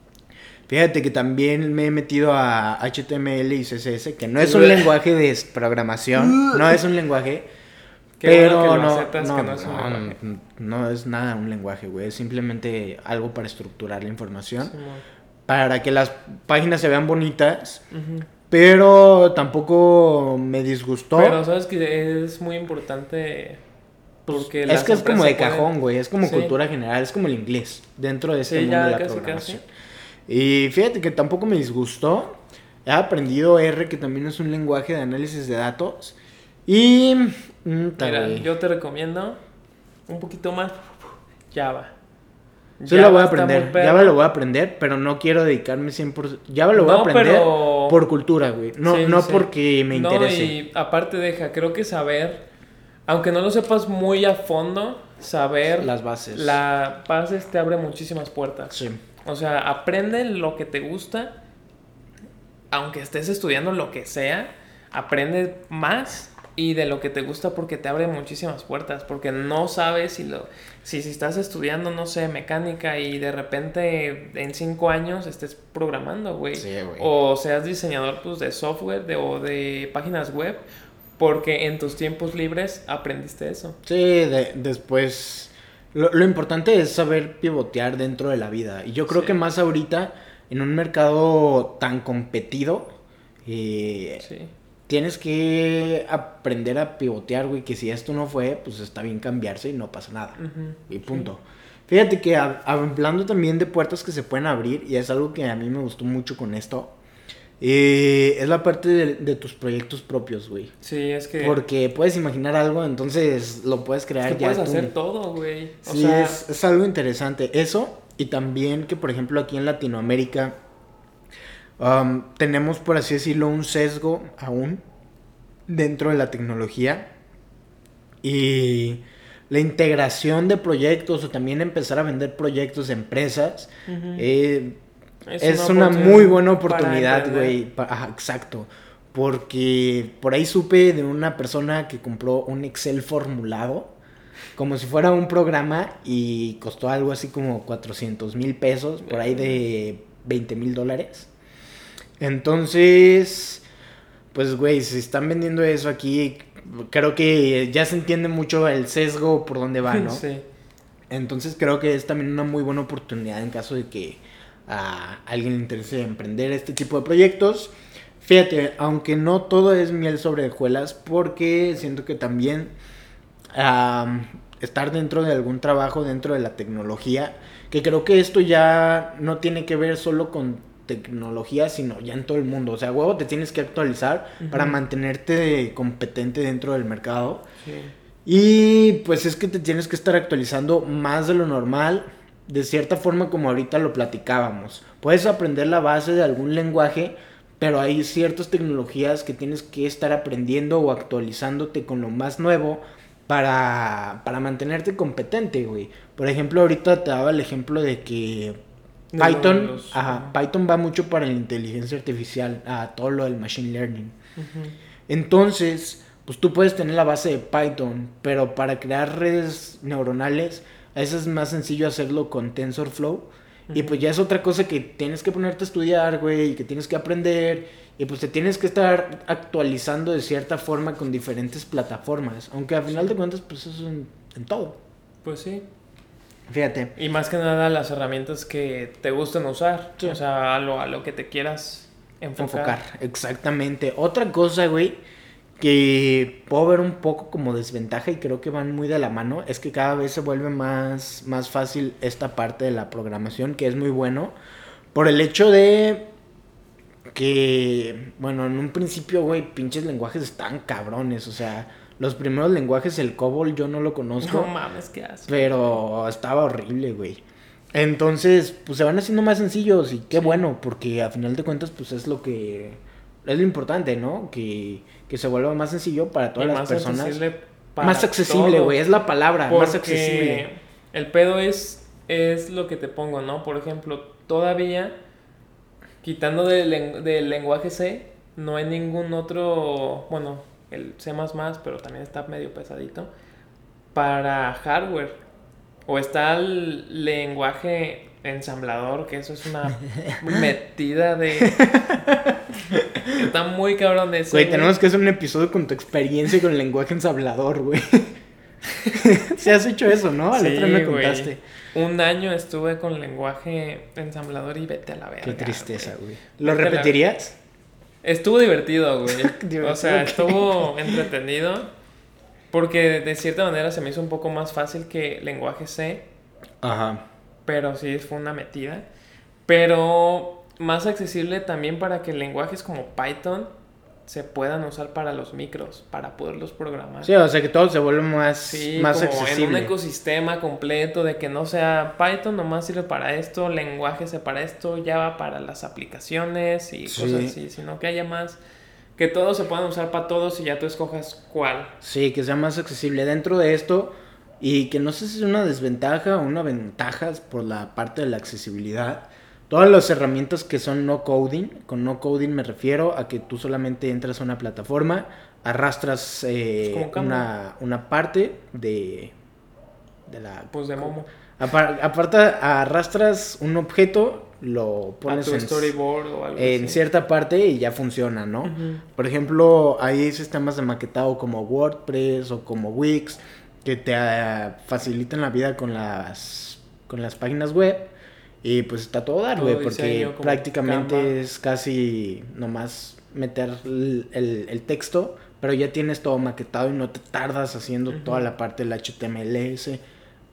B: Fíjate que también me he metido a H T M L y C S S, que no es un lenguaje de programación, no es un lenguaje, Qué pero bueno no, no, que no, es un lenguaje. no, no es nada un lenguaje, güey, es simplemente algo para estructurar la información, sí, para que las páginas se vean bonitas, uh-huh. pero tampoco me disgustó.
A: Pero sabes que es muy importante... Porque
B: es que es como de cajón, güey, es como sí. cultura general, es como el inglés dentro de este sí, mundo de la casi, programación. Casi. Y fíjate que tampoco me disgustó. He aprendido R, que también es un lenguaje de análisis de datos. Y...
A: Mm, Mira, yo te recomiendo un poquito más Java.
B: Sí, lo voy a aprender, Java lo voy a aprender, pero no quiero dedicarme cien por ciento. Java lo voy no, a aprender
A: pero...
B: por cultura, güey, no, sí, no sí. porque me interese.
A: No, y aparte deja, creo que saber... Aunque no lo sepas muy a fondo, saber...
B: Las bases.
A: Las bases te abre muchísimas puertas.
B: Sí.
A: O sea, aprende lo que te gusta. Aunque estés estudiando lo que sea, aprende más y de lo que te gusta porque te abre muchísimas puertas. Porque no sabes si lo... Si, si estás estudiando, no sé, mecánica y de repente en cinco años estés programando, güey.
B: Sí, güey.
A: O seas diseñador, pues, de software de, o de páginas web. Porque en tus tiempos libres aprendiste eso.
B: Sí, de, después... Lo, lo importante es saber pivotear dentro de la vida. Y yo creo sí. que más ahorita, en un mercado tan competido, eh, sí. tienes que aprender a pivotear, güey. Que si esto no fue, pues está bien cambiarse y no pasa nada. Uh-huh. Y punto. Sí. Fíjate que hab- hablando también de puertas que se pueden abrir, y es algo que a mí me gustó mucho con esto, eh, es la parte de, de tus proyectos propios, güey.
A: Sí, es que...
B: Porque puedes imaginar algo, entonces lo puedes crear
A: es que
B: ya
A: puedes
B: tú.
A: hacer todo, güey. O
B: Sí,
A: sea,
B: es, es algo interesante. Eso, y también que, por ejemplo, aquí en Latinoamérica um, tenemos, por así decirlo, un sesgo aún dentro de la tecnología. Y la integración de proyectos o también empezar a vender proyectos de empresas
A: ujú.
B: eh,
A: Es
B: es
A: una
B: una
A: oportunidad
B: muy buena
A: para
B: oportunidad,
A: emprender.
B: güey. Pa- Ajá, exacto. Porque por ahí supe de una persona que compró un Excel formulado como si fuera un programa y costó algo así como cuatrocientos mil pesos, por ahí de veinte mil dólares. Entonces, pues, güey, si están vendiendo eso aquí, creo que ya se entiende mucho el sesgo por dónde va, ¿no?
A: Sí.
B: Entonces creo que es también una muy buena oportunidad en caso de que a alguien le interese emprender este tipo de proyectos. Fíjate, aunque no todo es miel sobre hojuelas, porque siento que también um, estar dentro de algún trabajo dentro de la tecnología, que creo que esto ya no tiene que ver solo con tecnología, sino ya en todo el mundo. O sea, huevo, te tienes que actualizar uh-huh. para mantenerte competente dentro del mercado.
A: Sí.
B: Y pues es que te tienes que estar actualizando más de lo normal, de cierta forma como ahorita lo platicábamos. Puedes aprender la base de algún lenguaje, pero hay ciertas tecnologías que tienes que estar aprendiendo o actualizándote con lo más nuevo para, para mantenerte competente, güey. Por ejemplo, ahorita te daba el ejemplo de que Python, los, uh-huh. ajá, Python va mucho para la inteligencia artificial, a todo lo del machine learning. Uh-huh. Entonces, pues tú puedes tener la base de Python, pero para crear redes neuronales, a veces es más sencillo hacerlo con TensorFlow. Uh-huh. Y pues ya es otra cosa que tienes que ponerte a estudiar, güey, y que tienes que aprender. Y pues te tienes que estar actualizando de cierta forma con diferentes plataformas. Aunque al final de cuentas, pues eso es en, en todo.
A: Pues sí.
B: Fíjate.
A: Y más que nada las herramientas que te gusten usar. Sí. O sea, a lo, a lo que te quieras enfocar.
B: Enfocar, exactamente. Otra cosa, güey, que puedo ver un poco como desventaja y creo que van muy de la mano, es que cada vez se vuelve más, más fácil esta parte de la programación, que es muy bueno, por el hecho de que, bueno, en un principio, güey, pinches lenguajes están cabrones, o sea, los primeros lenguajes, el COBOL, yo no lo conozco.
A: No mames, qué asco.
B: Pero estaba horrible, güey. Entonces, pues se van haciendo más sencillos y qué sí. bueno, porque a final de cuentas, pues es lo que... es lo importante, ¿no? Que, que se vuelva más sencillo para todas y las
A: más
B: personas.
A: Accesible para
B: más accesible, güey, es la palabra,
A: porque
B: más accesible.
A: El pedo es, es lo que te pongo, ¿no? Por ejemplo, todavía, quitando del, del lenguaje C, no hay ningún otro, bueno, el C++, pero también está medio pesadito, para hardware. O está el lenguaje ensamblador, que eso es una metida de... Está muy cabrón ese.
B: Güey, tenemos que hacer un episodio con tu experiencia con el lenguaje ensamblador, güey. ¿Sí has hecho eso, no?
A: Sí,
B: la otra me contaste.
A: Güey. Un año estuve con lenguaje ensamblador y vete a la verga.
B: Qué tristeza, güey. ¿Lo vete repetirías?
A: La... Estuvo divertido, güey. divertido, o sea, okay. Estuvo entretenido. Porque de cierta manera se me hizo un poco más fácil que lenguaje C.
B: Ajá.
A: Pero sí fue una metida. Pero más accesible también para que lenguajes como Python se puedan usar para los micros, para poderlos programar.
B: Sí, o sea que todo se vuelve más,
A: sí,
B: más
A: como
B: accesible.
A: En un ecosistema completo de que no sea Python nomás sirve para esto, lenguaje se para esto, Java para las aplicaciones y sí. cosas así, sino que haya más... Que todos se puedan usar para todos y ya tú escojas cuál.
B: Sí, que sea más accesible dentro de esto y que no sé si es una desventaja o una ventaja por la parte de la accesibilidad. Todas las herramientas que son no coding, con no coding me refiero a que tú solamente entras a una plataforma, arrastras eh, una, una parte de, de la...
A: Pues de Momo.
B: Aparte, arrastras un objeto, lo pones
A: a tu
B: en,
A: storyboard o algo
B: en
A: así.
B: cierta parte y ya funciona, ¿no? Uh-huh. Por ejemplo, hay sistemas de maquetado como WordPress o como Wix que te uh, facilitan la vida con las, con las páginas web y pues está todo dar, güey, porque prácticamente Canva. Es casi nomás meter el, el, el texto, pero ya tienes todo maquetado y no te tardas haciendo uh-huh. toda la parte del H T M L,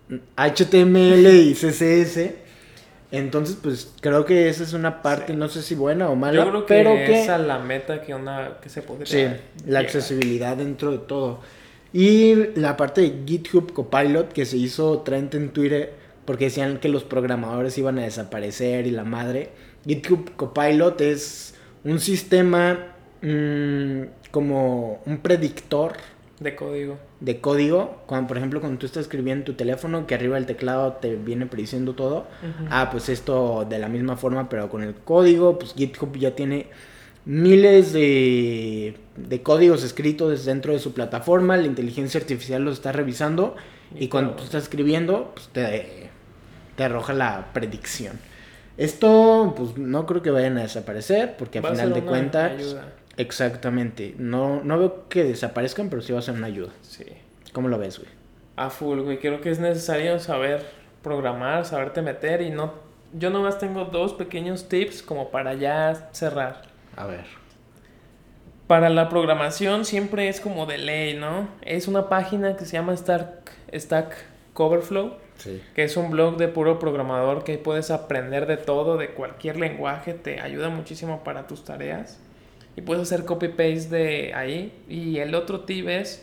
B: H T M L y C S S. Entonces, pues creo que esa es una parte, sí. No sé si buena o mala.
A: Yo creo que
B: pero
A: esa es la meta que, una, que se podría.
B: Sí, la accesibilidad dentro de todo. Y la parte de GitHub Copilot que se hizo trend en Twitter porque decían que los programadores iban a desaparecer y la madre. GitHub Copilot es un sistema mmm, como un predictor
A: de código.
B: De código, cuando por ejemplo cuando tú estás escribiendo en tu teléfono, que arriba del teclado te viene prediciendo todo. Uh-huh. Ah, pues esto de la misma forma, pero con el código, pues GitHub ya tiene miles de, de códigos escritos dentro de su plataforma, la inteligencia artificial los está revisando y, y cuando tú estás escribiendo, pues te, te arroja la predicción. Esto, pues no creo que vayan a desaparecer, porque a final de cuentas... Ayuda. Exactamente. No, no veo que desaparezcan, pero sí va a ser una ayuda.
A: Sí.
B: ¿Cómo lo ves, güey?
A: A full, güey. Creo que es necesario saber programar, saberte meter y no... Yo nomás tengo dos pequeños tips como para ya cerrar.
B: A ver.
A: Para la programación siempre es como de ley, ¿no? Es una página que se llama Stack, Stack Overflow.
B: Sí.
A: Que es un blog de puro programador que puedes aprender de todo, de cualquier lenguaje. Te ayuda muchísimo para tus tareas. Y puedes hacer copy-paste de ahí. Y el otro tip es...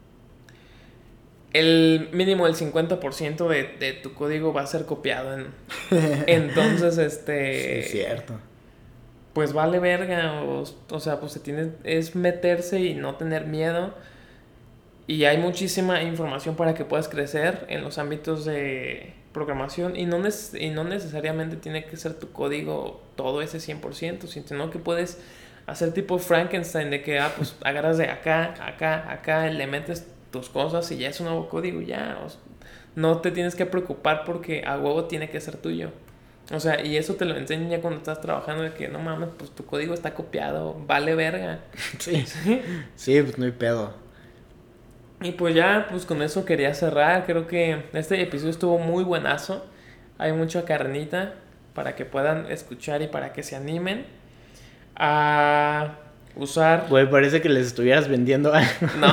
A: El mínimo del cincuenta por ciento de, de tu código va a ser copiado. En, entonces, este...
B: Sí, es cierto.
A: Pues vale verga. O, o sea, pues se tiene, es meterse y no tener miedo. Y hay muchísima información para que puedas crecer en los ámbitos de programación. Y no, neces- y no necesariamente tiene que ser tu código todo ese cien por ciento. Sino que puedes... hacer tipo Frankenstein de que, ah, pues agarras de acá, acá, acá, le metes tus cosas y ya es un nuevo código, ya. O sea, no te tienes que preocupar porque a huevo tiene que ser tuyo. O sea, y eso te lo enseñan ya cuando estás trabajando de que, no mames, pues tu código está copiado, vale verga.
B: Sí, sí, sí, pues no hay pedo.
A: Y pues ya, pues con eso quería cerrar. Creo que este episodio estuvo muy buenazo. Hay mucha carnita para que puedan escuchar y para que se animen a usar...
B: Güey, parece que les estuvieras vendiendo algo.
A: No.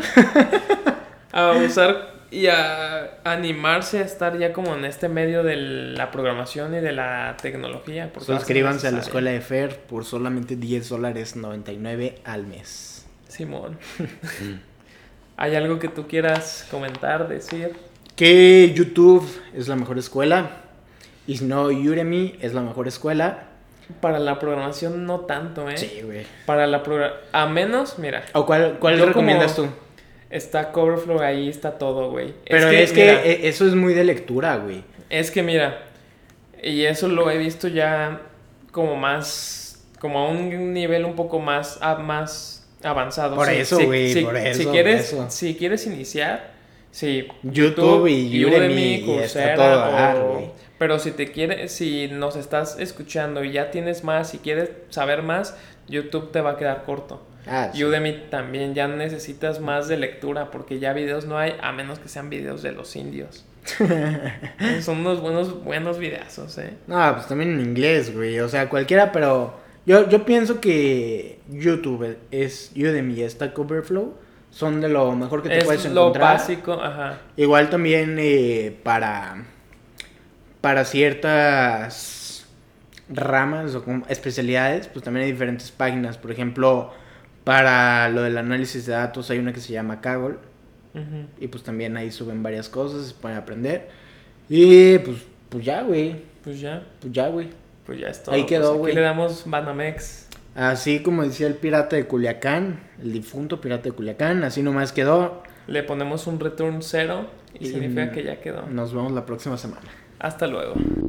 A: A usar y a animarse a estar ya como en este medio de la programación y de la tecnología.
B: Suscríbanse a la escuela de Fer por solamente diez dólares noventa y nueve al mes.
A: Simón. ¿Hay algo que tú quieras comentar, decir?
B: Que YouTube es la mejor escuela. Y si no, Udemy es la mejor escuela.
A: Para la programación no tanto, ¿eh?
B: Sí, güey.
A: Para la programación... A menos, mira.
B: ¿O cuál, cuál recomiendas tú?
A: Está Coverflow, ahí está todo, güey.
B: Pero es que, es que mira, eso es muy de lectura, güey.
A: Es que mira, y eso lo he visto ya como más... Como a un nivel un poco más, a, más avanzado.
B: Por
A: sí,
B: eso, güey,
A: sí,
B: por
A: si,
B: eso.
A: Si quieres,
B: por eso.
A: si quieres iniciar, sí,
B: YouTube, YouTube y Udemy, Udemy Coursera, y está todo a dar, güey.
A: Pero si te quieres, si nos estás escuchando y ya tienes más, si quieres saber más, YouTube te va a quedar corto.
B: Ah, sí.
A: Udemy también ya necesitas más de lectura porque ya videos no hay, a menos que sean videos de los indios. Son unos buenos, buenos videazos, ¿eh?
B: No, pues también en inglés, güey. O sea, cualquiera, pero yo, yo pienso que YouTube es Udemy y Stack Overflow son de lo mejor que te
A: es
B: puedes encontrar.
A: Es lo básico, ajá.
B: Igual también eh, para... Para ciertas ramas o como especialidades, pues también hay diferentes páginas. Por ejemplo, para lo del análisis de datos hay una que se llama Kaggle. Uh-huh. Y pues también ahí suben varias cosas, se pueden aprender. Y pues, pues ya, güey.
A: Pues ya.
B: Pues ya, güey.
A: Pues ya está.
B: Ahí quedó, güey.
A: Pues aquí le damos Banamex.
B: Así como decía el pirata de Culiacán, el difunto pirata de Culiacán, así nomás quedó.
A: Le ponemos un return cero y, y significa que ya quedó.
B: Nos vemos la próxima semana.
A: Hasta luego.